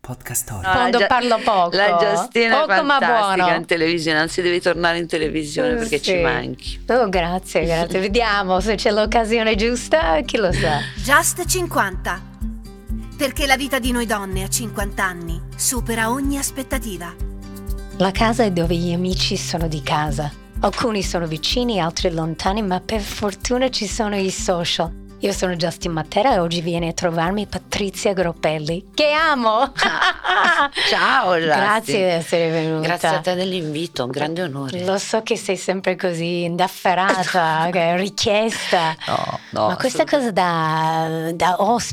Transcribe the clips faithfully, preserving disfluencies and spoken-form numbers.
Podcast Story. No, Quando gia- parlo poco. La Giustina poco è fantastica ma buono. in televisione, anzi devi tornare in televisione perché Sì. ci manchi. Oh, grazie, grazie. Vediamo se c'è l'occasione giusta, chi lo sa. Just cinquanta. Perché la vita di noi donne a cinquanta anni supera ogni aspettativa. La casa è dove gli amici sono di casa. Alcuni sono vicini, altri lontani, ma per fortuna ci sono i social. Io sono Justin Matera e oggi viene a trovarmi Patrizia Gropelli, che amo! Ciao Justin. Grazie di essere venuta. Grazie a te dell'invito, un grande onore. Lo so che sei sempre così indaffarata, che è richiesta. No, no, Ma questa cosa da, da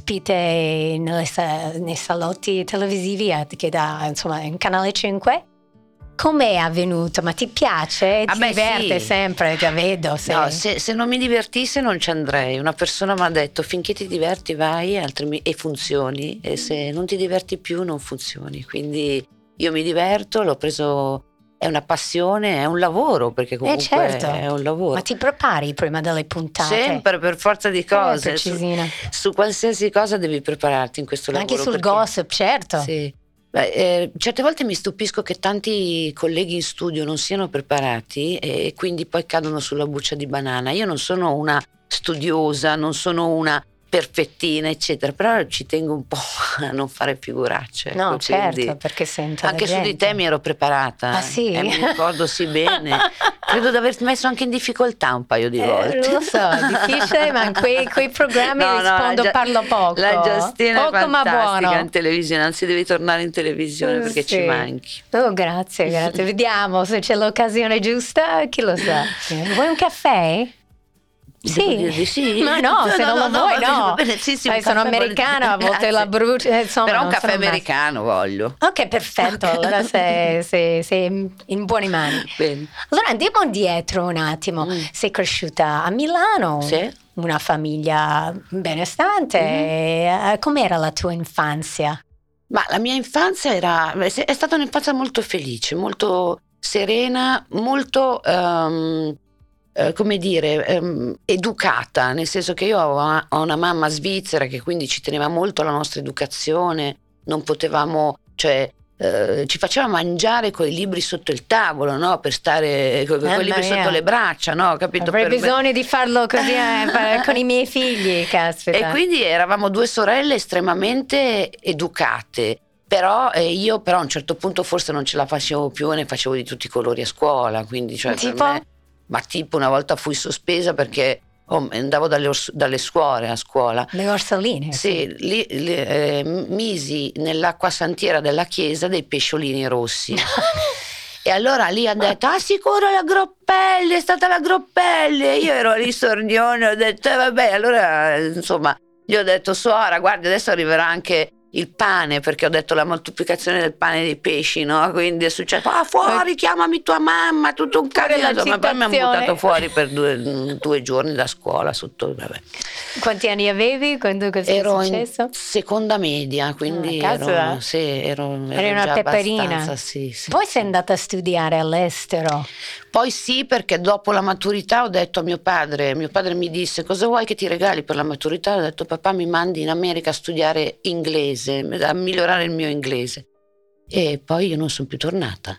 ospite nelle, nei salotti televisivi che da, insomma, in Canale cinque, com'è avvenuto? Ma ti piace? Ti Ah beh, diverte sì. sempre? Ti vedo. Sei... No, se, se non mi divertisse non ci andrei. Una persona mi ha detto finché ti diverti vai altri mi- e funzioni, e se non ti diverti più non funzioni. Quindi io mi diverto, l'ho preso, è una passione, è un lavoro, perché comunque eh certo. è un lavoro. Ma ti prepari prima delle puntate? Sempre, per forza di cose. Eh, su, precisina. su qualsiasi cosa devi prepararti in questo lavoro. Anche sul perché- gossip, certo. Sì. Beh, eh, certe volte mi stupisco che tanti colleghi in studio non siano preparati e, e quindi poi cadono sulla buccia di banana. Io non sono una studiosa, non sono una perfettina, eccetera, però ci tengo un po' a non fare figuracce. No, ecco, certo, quindi perché sento anche la su di gente. te mi ero preparata. Ah, sì? Eh, mi ricordo sì bene. Credo di aver messo anche in difficoltà un paio di Eh, volte. lo so, è difficile, ma in quei, quei programmi No, no, rispondo, la Gia- parlo poco. La Giustina poco è ma fantastica buono. in televisione, anzi devi tornare in televisione perché Sì. ci manchi. Oh, grazie, grazie. Vediamo se c'è l'occasione giusta, chi lo sa. Vuoi un caffè? Devo Sì. dire di sì? Ma no, se non lo vuoi, va bene, no. va bene, sì, sì, Sai, un sono caffè americana, a voglio- volte la Grazie. brucio, eh, insomma, Però un non caffè sono maschio. americano voglio. Ok, perfetto, allora sei, sei, sei in buone mani. Bene. Allora andiamo indietro un attimo. Mm. Sei cresciuta a Milano, Sì. una famiglia benestante. Mm-hmm. Eh, Com'era la tua infanzia? Ma la mia infanzia era, è stata un'infanzia molto felice, molto serena, molto, ehm, eh, come dire, ehm, educata, nel senso che io ho, ho una mamma svizzera che quindi ci teneva molto alla nostra educazione, non potevamo, cioè eh, ci faceva mangiare coi libri sotto il tavolo, no? Per stare con Mamma i libri mia. sotto le braccia, no? Capito? Avrei Per me- bisogno di farlo così eh, per- con i miei figli, caspita. E quindi eravamo due sorelle estremamente educate, però eh, io però a un certo punto forse non ce la facevo più e ne facevo di tutti i colori a scuola, quindi cioè per Tipo? me- ma tipo una volta fui sospesa perché oh, andavo dalle, ors- dalle scuole a scuola. Le orsoline. Sì, lì, lì, eh, misi nell'acqua santiera della chiesa dei pesciolini rossi. E allora lì ha detto, ah sicuro la Groppelli, è stata la Groppelli. E io ero lì sornione, ho detto, eh, vabbè, allora insomma, gli ho detto, suora, guardi, adesso arriverà anche il pane, perché ho detto la moltiplicazione del pane e dei pesci, no? Quindi è successo, ah fuori, chiamami tua mamma, tutto un Pure la casino. Insomma, poi mi hanno citazione. buttato fuori per due, due giorni da scuola, sotto, vabbè. Quanti anni avevi quando questo Ero è in successo? seconda media, quindi Ah, caspita. ero, sì, ero, ero Eri una già peperina. abbastanza, sì, sì. Poi sei andata a studiare all'estero. Poi sì, perché dopo la maturità ho detto a mio padre, mio padre mi disse cosa vuoi che ti regali per la maturità? Ho detto papà mi mandi in America a studiare inglese, a migliorare il mio inglese. E poi io non sono più tornata.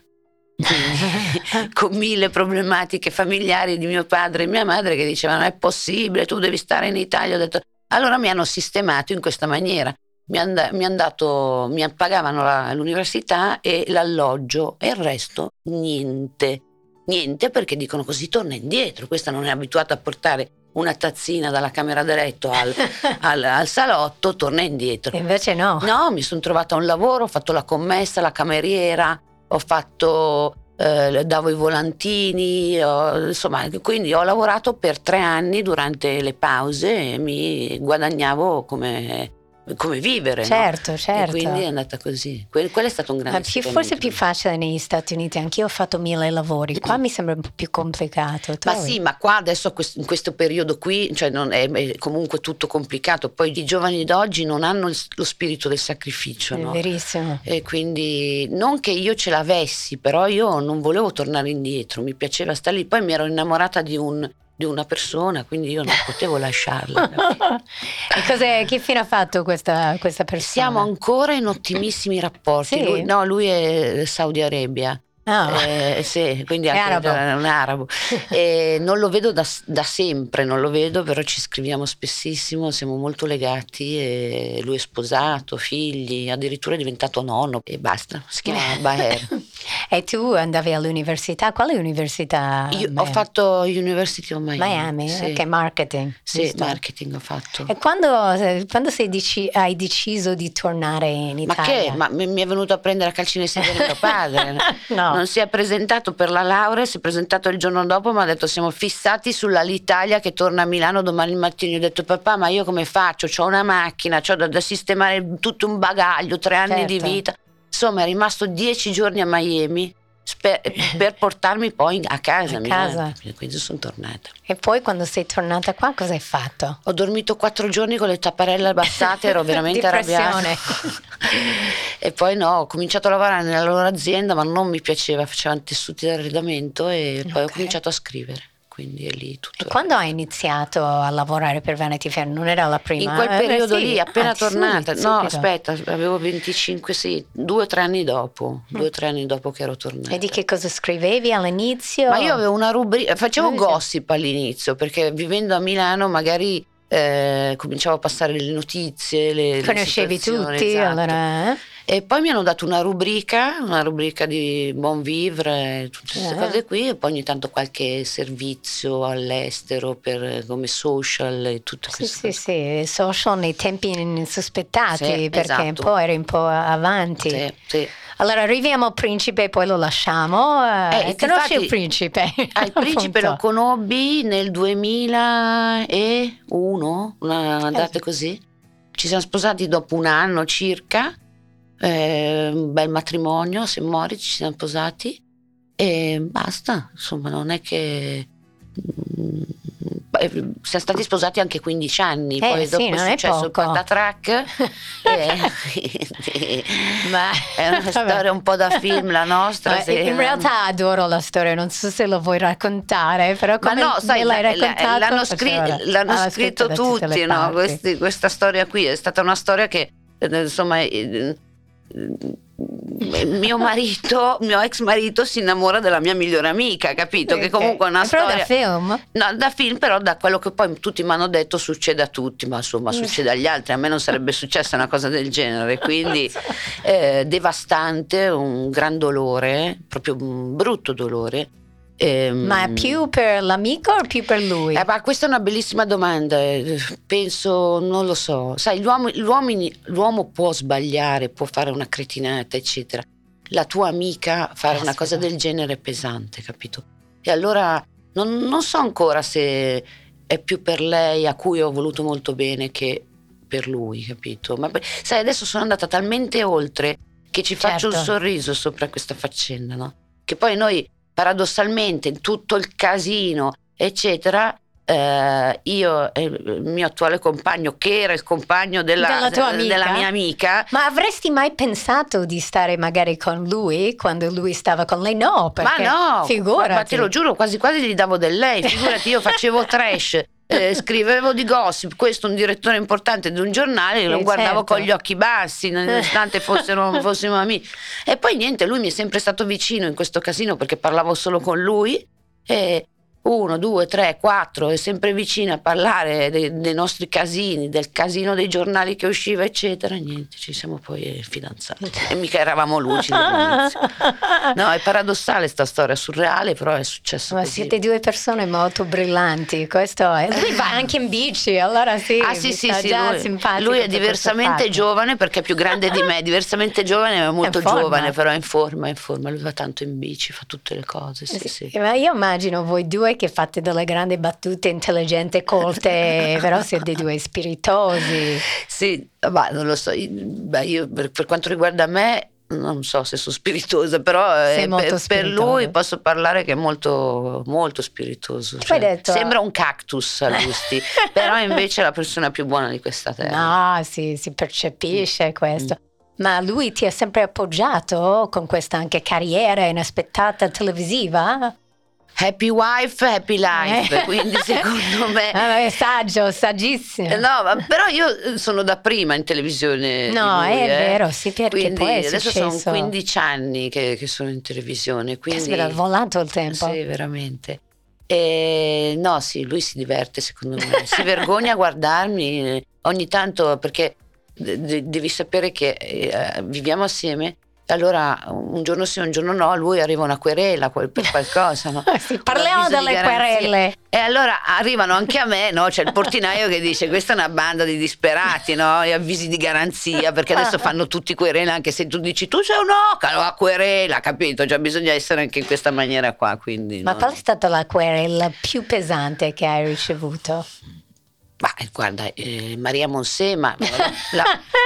Quindi, con mille problematiche familiari di mio padre e mia madre che dicevano è possibile, tu devi stare in Italia. Ho detto, allora mi hanno sistemato in questa maniera. Mi, and- mi, han dato, mi pagavano la- l'università e l'alloggio e il resto niente. Niente, perché dicono così torna indietro. Questa non è abituata a portare una tazzina dalla camera da letto al, al, al salotto, torna indietro. E invece no. No, mi sono trovata un lavoro, ho fatto la commessa, la cameriera, ho fatto, eh, davo i volantini, ho- insomma, quindi ho lavorato per tre anni durante le pause e mi guadagnavo come, come vivere. no? Certo, certo. E quindi è andata così. Que- quello è stato un grande Ma più, esperimento. forse è più facile negli Stati Uniti, anch'io ho fatto mille lavori, qua mi sembra un po' più complicato. Ma trovi? sì, ma qua adesso quest- in questo periodo qui, cioè non è, è comunque tutto complicato. Poi i giovani d'oggi non hanno il- lo spirito del sacrificio, È no? verissimo. E quindi non che io ce l'avessi, però io non volevo tornare indietro, mi piaceva stare lì. Poi mi ero innamorata di un di una persona, quindi io non potevo lasciarla. E cos'è, che fine ha fatto questa, questa persona? Siamo ancora in ottimissimi rapporti. Sì? Lui, no, lui è Saudi Arabia. Ah. Eh, sì, quindi È anche arabo. un arabo. E non lo vedo da, da sempre, non lo vedo, però ci scriviamo spessissimo, siamo molto legati. E lui è sposato, figli, addirittura è diventato nonno e basta. Si chiama Baher. E tu andavi all'università? Quale università? Io Beh, ho fatto University of Miami. Miami, sì. ok, marketing. Sì, giusto? marketing ho fatto. E quando, quando sei dici- hai deciso di tornare in Ma Italia? che? Ma mi mi è venuto a prendere a calci nei sederi mio padre. No. Non si è presentato per la laurea, si è presentato il giorno dopo, mi ha detto siamo fissati sull'Alitalia che torna a Milano domani mattina. Io ho detto papà, ma io come faccio? C'ho una macchina, c'ho da, da sistemare tutto un bagaglio, tre anni Certo. di vita. Insomma, è rimasto dieci giorni a Miami per, per portarmi poi a casa. A a Milano. casa. Quindi sono tornata. E poi quando sei tornata qua cosa hai fatto? Ho dormito quattro giorni con le tapparelle abbassate, ero veramente arrabbiata. Depressione. E poi no, ho cominciato a lavorare nella loro azienda, ma non mi piaceva, facevano tessuti d'arredamento e poi Ok. ho cominciato a scrivere. Quindi è lì tutto. E quando hai iniziato a lavorare per Vanity Fair? Non era la prima? In quel Eh, periodo sì. lì, appena Ah, tornata, subito, no, subito. aspetta, avevo venticinque, sì, due o tre anni dopo, due o tre anni dopo che ero tornata. E di che cosa scrivevi all'inizio? Ma io avevo una rubrica, facevo Come si chiama? gossip all'inizio, perché vivendo a Milano magari eh, cominciavo a passare le notizie, le, le Conoscevi situazioni, tutti, esatto. allora... eh? E poi mi hanno dato una rubrica, una rubrica di buon vivere, e tutte queste Eh. cose qui, e poi ogni tanto qualche servizio all'estero per, come social e tutte Sì, queste sì, cose. sì, social nei tempi insospettati, Sì, perché un esatto. po' eri un po' avanti. Sì, sì. Allora arriviamo al principe e poi lo lasciamo. Eh, Eh, conosci infatti- il principe? Ah, il principe Appunto. lo conobbi nel duemilauno, una data Eh. così. Ci siamo sposati dopo un anno circa, eh, un bel matrimonio, Saint Moritz, ci siamo sposati e basta, insomma non è che... mm, beh, siamo stati sposati anche quindici anni, Eh, poi sì, dopo non è è successo il poco. patatrack e- Ma è una vabbè. storia un po' da film la nostra. Ma sì. in realtà adoro la storia, non so se lo vuoi raccontare, però Ma come no, sai, me l'hai la- la- raccontato l'hanno, faccio scri- ora. l'hanno Ah, l'ha scritto da tutte le tutti, no? parti. Questi- questa storia qui è stata una storia che, eh, insomma, eh, eh, mio marito, mio ex marito si innamora della mia migliore amica, capito? Che Ok. comunque è una Però storia... da film? No, da film, però da quello che poi tutti mi hanno detto succede a tutti, ma insomma Mm. succede agli altri, a me non sarebbe successa una cosa del genere, quindi eh, devastante, un gran dolore, proprio un brutto dolore. Ehm, Ma più per l'amico o più per lui? eh, ma questa è una bellissima domanda, eh, penso, non lo so, sai, l'uomo, l'uomini- l'uomo può sbagliare, può fare una cretinata, eccetera. La tua amica fare Eh, una sì, cosa no. del genere è pesante, capito? E allora non, non so ancora se è più per lei, a cui ho voluto molto bene, che per lui, capito? Ma per- sai, adesso sono andata talmente oltre che ci faccio un Certo. sorriso sopra questa faccenda, no? Che poi noi, paradossalmente, in tutto il casino, eccetera, eh, io e il mio attuale compagno, che era il compagno della, Della tua amica? della mia amica, Ma avresti mai pensato di stare magari con lui quando lui stava con lei? No, perché ma no, figurati. ma te lo giuro, quasi quasi gli davo del lei, figurati, io facevo trash. Eh, scrivevo di gossip, questo un direttore importante di un giornale, lo Sì, guardavo certo. con gli occhi bassi nonostante fossero, fossimo amici. E poi niente, lui mi è sempre stato vicino in questo casino perché parlavo solo con lui e uno, due, tre, quattro, è sempre vicino a parlare dei, dei nostri casini, del casino dei giornali che usciva, eccetera. Niente, ci siamo poi fidanzati e mica eravamo lucidi all'inizio. No, è paradossale sta storia, surreale, però è successo Ma così. siete due persone molto brillanti, questo è. Lui va anche in bici, allora sì, Ah mi sì sì sta sì, già lui, simpatico lui è per questo diversamente fatto. giovane perché è più grande di me, diversamente giovane ma molto È in forma. giovane, però è in forma, è in forma, lui va tanto in bici, fa tutte le cose, sì sì. Ma io immagino voi due che fate delle grandi battute intelligenti, colte, però siete due spiritosi. Sì, ma non lo so, io- beh, io per, per quanto riguarda me non so se sono spiritosa, però Sei eh, molto per, per spiritoso. lui posso parlare che è molto, molto spiritoso. Tu hai detto- Sembra un cactus a Lusti, però invece è la persona più buona di questa terra. No, sì, si percepisce questo. Ma lui ti ha sempre appoggiato con questa anche carriera inaspettata televisiva? Happy wife, happy life, Eh. quindi secondo me... Ah, è saggio, saggissimo. Eh, No, ma- però io sono da prima in televisione. No, di lui, è eh. vero, sì, perché Quindi poi è adesso successo. sono quindici anni che, che sono in televisione. Quindi, Caspita, è volato il tempo. Sì, veramente. E, no, sì, lui si diverte secondo me. Si vergogna a guardarmi eh, ogni tanto perché de- de- devi sapere che eh, viviamo assieme. Allora un giorno sì, un giorno no, a lui arriva una querela quel- per qualcosa, no? Sì, parliamo Un avviso di delle garanzia. querele. E allora arrivano anche a me, no? C'è il portinaio che dice questa è una banda di disperati, no? E avvisi di garanzia, perché adesso fanno tutti querela, anche se tu dici tu sei un ocalo a querela, capito? Cioè bisogna essere anche in questa maniera qua, quindi Ma no? qual è stata la querela più pesante che hai ricevuto? Ma eh, guarda, eh, Maria Monsema, la, la,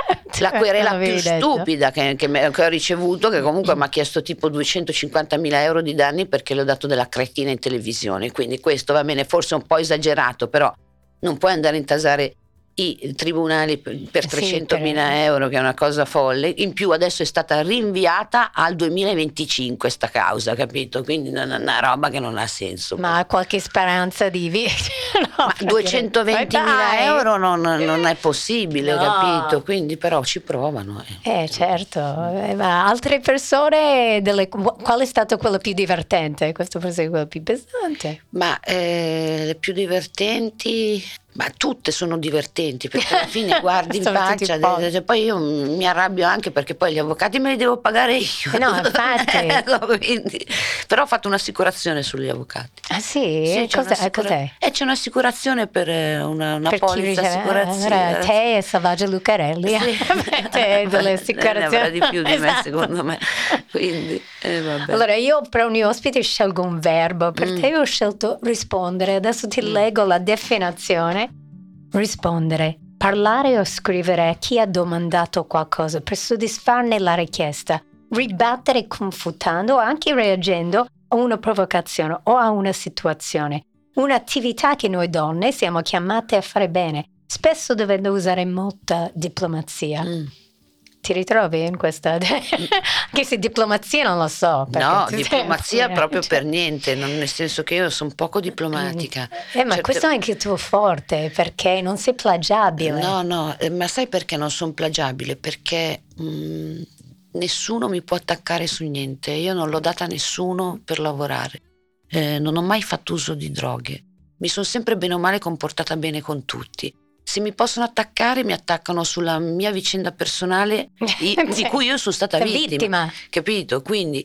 la querela Non più l'avevi detto. stupida che, che me- che ho ricevuto, che comunque mi ha chiesto tipo duecentocinquantamila euro di danni perché le ho dato della cretina in televisione. Quindi questo va bene, forse un po' esagerato, però non puoi andare a intasare i tribunali per per Sì, trecentomila per- euro, che è una cosa folle. In più adesso è stata rinviata al duemilaventicinque sta causa, capito? Quindi è una, una roba che non ha senso. Ma ha qualche speranza di vi- no, Ma perché- duecentoventimila Ma dai! euro non, non è possibile, No. capito? Quindi però ci provano. eh. Eh certo, Eh, ma altre persone, delle- qual è stato quello più divertente? Questo forse è quello più pesante. Ma eh, le più divertenti, ma tutte sono divertenti perché alla fine guardi in Sono tutti faccia, poveri. de- de- poi io mi arrabbio anche perché poi gli avvocati me li devo pagare io. Eh no, infatti. Ecco, quindi- però ho fatto un'assicurazione sugli avvocati. Ah sì? Sì, Eh, c'è cos'è? un'assicura- cos'è? Eh, c'è un'assicurazione per eh, una, una Per chi polizza riceve- assicurazione. allora, te e Salvaggio Lucarelli Sì. avete delle assicurazioni. Ne avrà di più di me, Esatto. secondo me. Quindi, eh, vabbè. Allora io per ogni ospite scelgo un verbo, per Mm. te ho scelto rispondere, adesso ti leggo la definizione. Rispondere, parlare o scrivere a chi ha domandato qualcosa per soddisfarne la richiesta, ribattere confutando o anche reagendo a una provocazione o a una situazione. Un'attività che noi donne siamo chiamate a fare bene, spesso dovendo usare molta diplomazia. Mm. Ti ritrovi in questa? Anche se diplomazia non lo so. perché No, tu sei- diplomazia proprio cioè- per niente, non- nel senso che io sono poco diplomatica. Eh, ma Certe- questo è anche il tuo forte, perché non sei plagiabile. No, no, eh, ma sai perché non sono plagiabile? Perché mm, nessuno mi può attaccare su niente, io non l'ho data a nessuno per lavorare. Eh, non ho mai fatto uso di droghe, mi sono sempre bene o male comportata bene con tutti. Se mi possono attaccare, mi attaccano sulla mia vicenda personale di, di cui io sono stata Sei vittima, vittima. capito? Quindi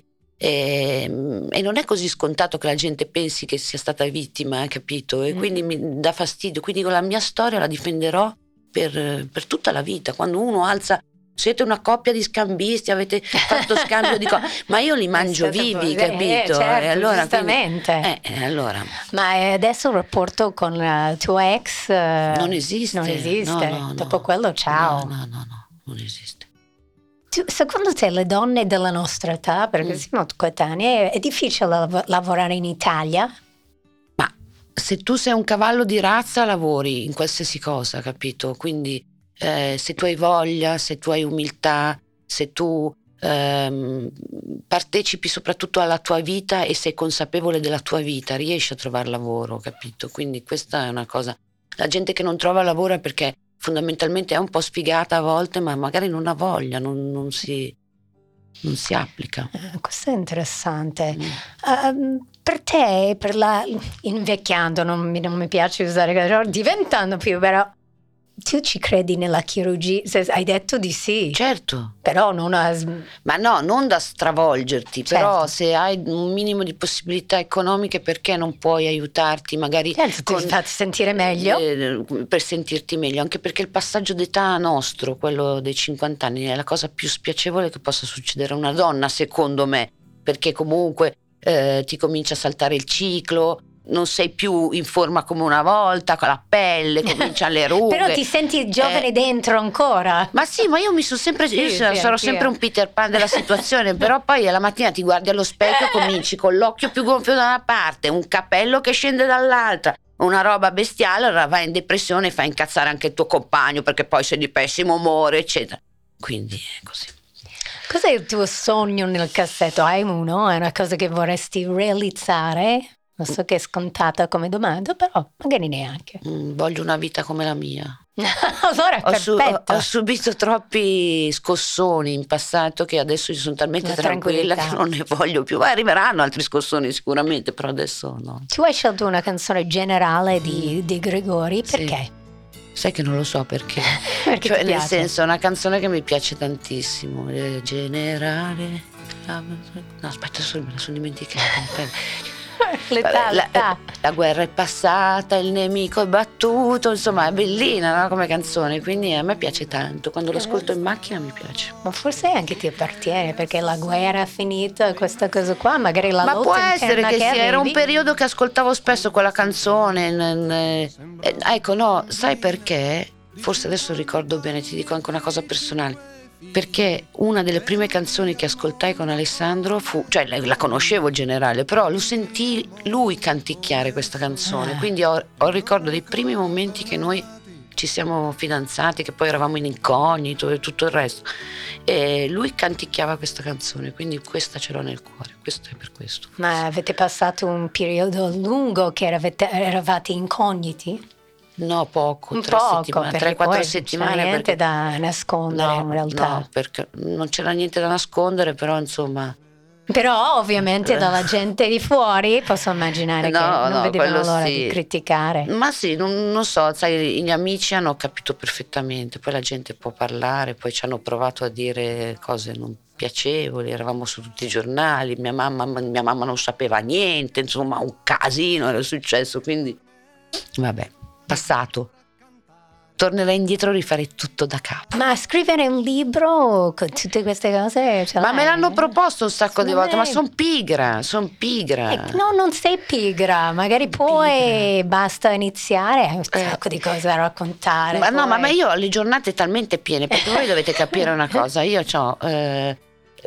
ehm, e non è così scontato che la gente pensi che sia stata vittima, eh, capito? E Mm. quindi mi dà fastidio. Quindi con la mia storia la difenderò per, per tutta la vita. Quando uno alza, siete una coppia di scambisti, avete fatto scambio di cose, ma io li mangio È stato vivi, poi- eh, capito? certo, e allora, giustamente. quindi- eh, eh, allora Ma eh, adesso il rapporto con la tua ex eh, non esiste. non esiste. No, no, no. Dopo quello, ciao. No, no, no, no, non esiste. Tu- secondo te le donne della nostra età, perché Mm. siamo coetanee, è difficile lav- lavorare in Italia? Ma se tu sei un cavallo di razza lavori in qualsiasi cosa, capito? Quindi eh, se tu hai voglia, se tu hai umiltà, se tu ehm, partecipi soprattutto alla tua vita e sei consapevole della tua vita, riesci a trovare lavoro, capito? Quindi questa è una cosa. La gente che non trova lavoro è perché fondamentalmente è un po' sfigata a volte, ma magari non ha voglia, non, non si, non si applica. Eh, questo è interessante. Mm. Ehm, per te, per la, invecchiando, non mi, non mi piace usare, però diventando più, però tu ci credi nella chirurgia? Se hai detto di sì, Certo. però non ha... Ma no, non da stravolgerti, Certo. però se hai un minimo di possibilità economiche, perché non puoi aiutarti magari Certo, ti con- fa sentire meglio. eh, per sentirti meglio, anche perché il passaggio d'età nostro, quello dei cinquanta anni, è la cosa più spiacevole che possa succedere a una donna, secondo me, perché comunque eh, ti comincia a saltare il ciclo, non sei più in forma come una volta, con la pelle, cominciano le rughe. Però ti senti giovane Eh, dentro ancora. Ma sì, ma io mi sono sempre, Sì, io sì, sarò anch'io. sempre un Peter Pan della situazione, però poi alla mattina ti guardi allo specchio, cominci con l'occhio più gonfio da una parte, un capello che scende dall'altra, una roba bestiale, allora vai in depressione e fai incazzare anche il tuo compagno perché poi sei di pessimo umore, eccetera. Quindi è così. Cos'è il tuo sogno nel cassetto? Hai uno? È una cosa che vorresti realizzare? Lo so che è scontata come domanda, però magari neanche. Mm, voglio una vita come la mia. Allora è Ho, su- ho- perfetto. ho subito troppi scossoni in passato che adesso io sono talmente La tranquilla tranquillità. che non ne voglio più. Ma arriveranno altri scossoni sicuramente, però adesso no. Tu hai scelto una canzone generale di, di Gregori, Sì. perché? Sai che non lo so perché. Perché Cioè, ti nel piace? senso, è una canzone che mi piace tantissimo. eh, Generale. No, aspetta, solo me la sono dimenticata. L'età, Vabbè, la, l'età. la guerra è passata, il nemico è battuto, insomma è bellina, no? Come canzone, quindi a me piace tanto, quando lo ascolto in macchina mi piace. Ma forse anche ti appartiene, perché la guerra è finita, questa cosa qua, magari la Ma lotta può essere interna che sia, era un avevi. periodo che ascoltavo spesso quella canzone, n- n- eh, ecco no, sai perché? Forse adesso ricordo bene, ti dico anche una cosa personale. Perché una delle prime canzoni che ascoltai con Alessandro fu, cioè la, la conoscevo in generale, però lo sentì lui canticchiare questa canzone, Ah. quindi ho, ho ricordo dei primi momenti che noi ci siamo fidanzati, che poi eravamo in incognito e tutto il resto, e lui canticchiava questa canzone, quindi questa ce l'ho nel cuore, questo è per questo. Ma avete passato un periodo lungo che eravate, eravate incogniti? No, poco, Un tre poco, settimane, perché tre, quattro poi settimane. non c'è niente perché- da nascondere no, in realtà. no, perché non c'era niente da nascondere, però insomma. Però ovviamente dalla gente di fuori posso immaginare No, che non no, vedevano quello l'ora sì. di criticare. Ma sì, non, non so, sai, i miei amici hanno capito perfettamente, poi la gente può parlare, poi ci hanno provato a dire cose non piacevoli, eravamo su tutti i giornali, mia mamma, mia mamma non sapeva niente, insomma un casino era successo, quindi vabbè, passato. Tornerei indietro e rifarei tutto da capo. Ma scrivere un libro con tutte queste cose ce Ma l'hai? me l'hanno proposto un sacco di Non volte, ma è- sono pigra, sono pigra. Eh, no, non sei pigra, magari poi basta iniziare, hai un Eh. sacco di cose da raccontare. Ma no, ma, poi- ma io ho le giornate talmente piene, perché voi dovete capire una cosa, io ho, eh,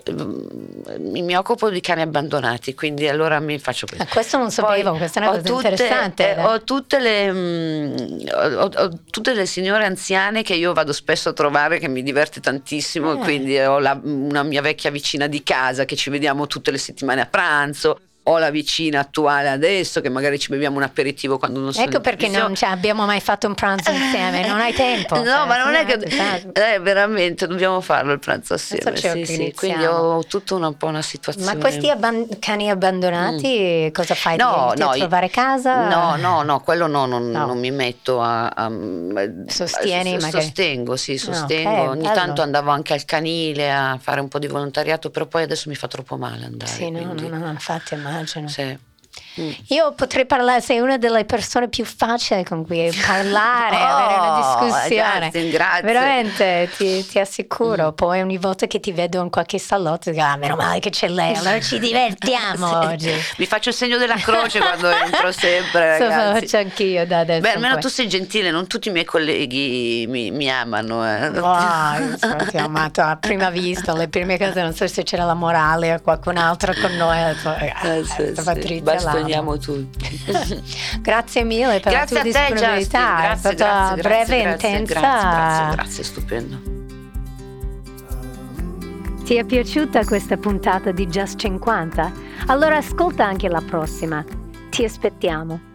mi, mi occupo di cani abbandonati, quindi allora mi faccio questo. Ah, questo non sapevo, Poi questa è una ho cosa tutte- interessante. eh, ho tutte le mm, ho, ho tutte le signore anziane che io vado spesso a trovare, che mi diverte tantissimo, Eh. quindi ho la- una mia vecchia vicina di casa che ci vediamo tutte le settimane a pranzo. Ho la vicina attuale adesso che magari ci beviamo un aperitivo quando non sono Ecco in perché televisione. non ci abbiamo mai fatto un pranzo insieme, non hai tempo. No, cioè, ma non è che esatto. eh, veramente dobbiamo farlo il pranzo assieme. Adesso ci Sì, sì. organizziamo. Quindi ho tutta una, un po' una situazione. Ma questi abban- cani abbandonati cosa fai? Ti aiuti a i- trovare casa? No, no, no, quello no, non, No. non mi metto a, a- Sostieni s- magari? sostengo, sì, sostengo. ok, Ogni bello. tanto andavo anche al canile a fare un po' di volontariato, però poi adesso mi fa troppo male andare. Sì, no, quindi- no, no, infatti immagino. Sì. Mm. Io potrei parlare, sei una delle persone più facili con cui parlare, avere una Oh, discussione. grazie, grazie. Veramente, ti, ti assicuro. Poi ogni volta che ti vedo in qualche salotto, dico, ah, meno male che c'è lei, allora ci divertiamo Sì. oggi. Mi faccio il segno della croce quando entro sempre, Questo lo ragazzi. faccio anch'io da adesso. Beh, in almeno poi. tu sei gentile, non tutti i miei colleghi mi, mi amano. Eh. Wow, io sono ti ho amato a prima vista, le prime cose, non so se c'era la morale o qualcun altro con noi. ho detto, eh, Eh, sì, questa sì, Patrizia bastoniamo l'amo. tutti. Grazie mille per Grazie la a tua te, Justin. disponibilità, è Grazie, stata grazie, breve e grazie, intensa. Grazie, grazie, grazie, stupendo. Ti è piaciuta questa puntata di Just cinquanta? Allora ascolta anche la prossima. Ti aspettiamo.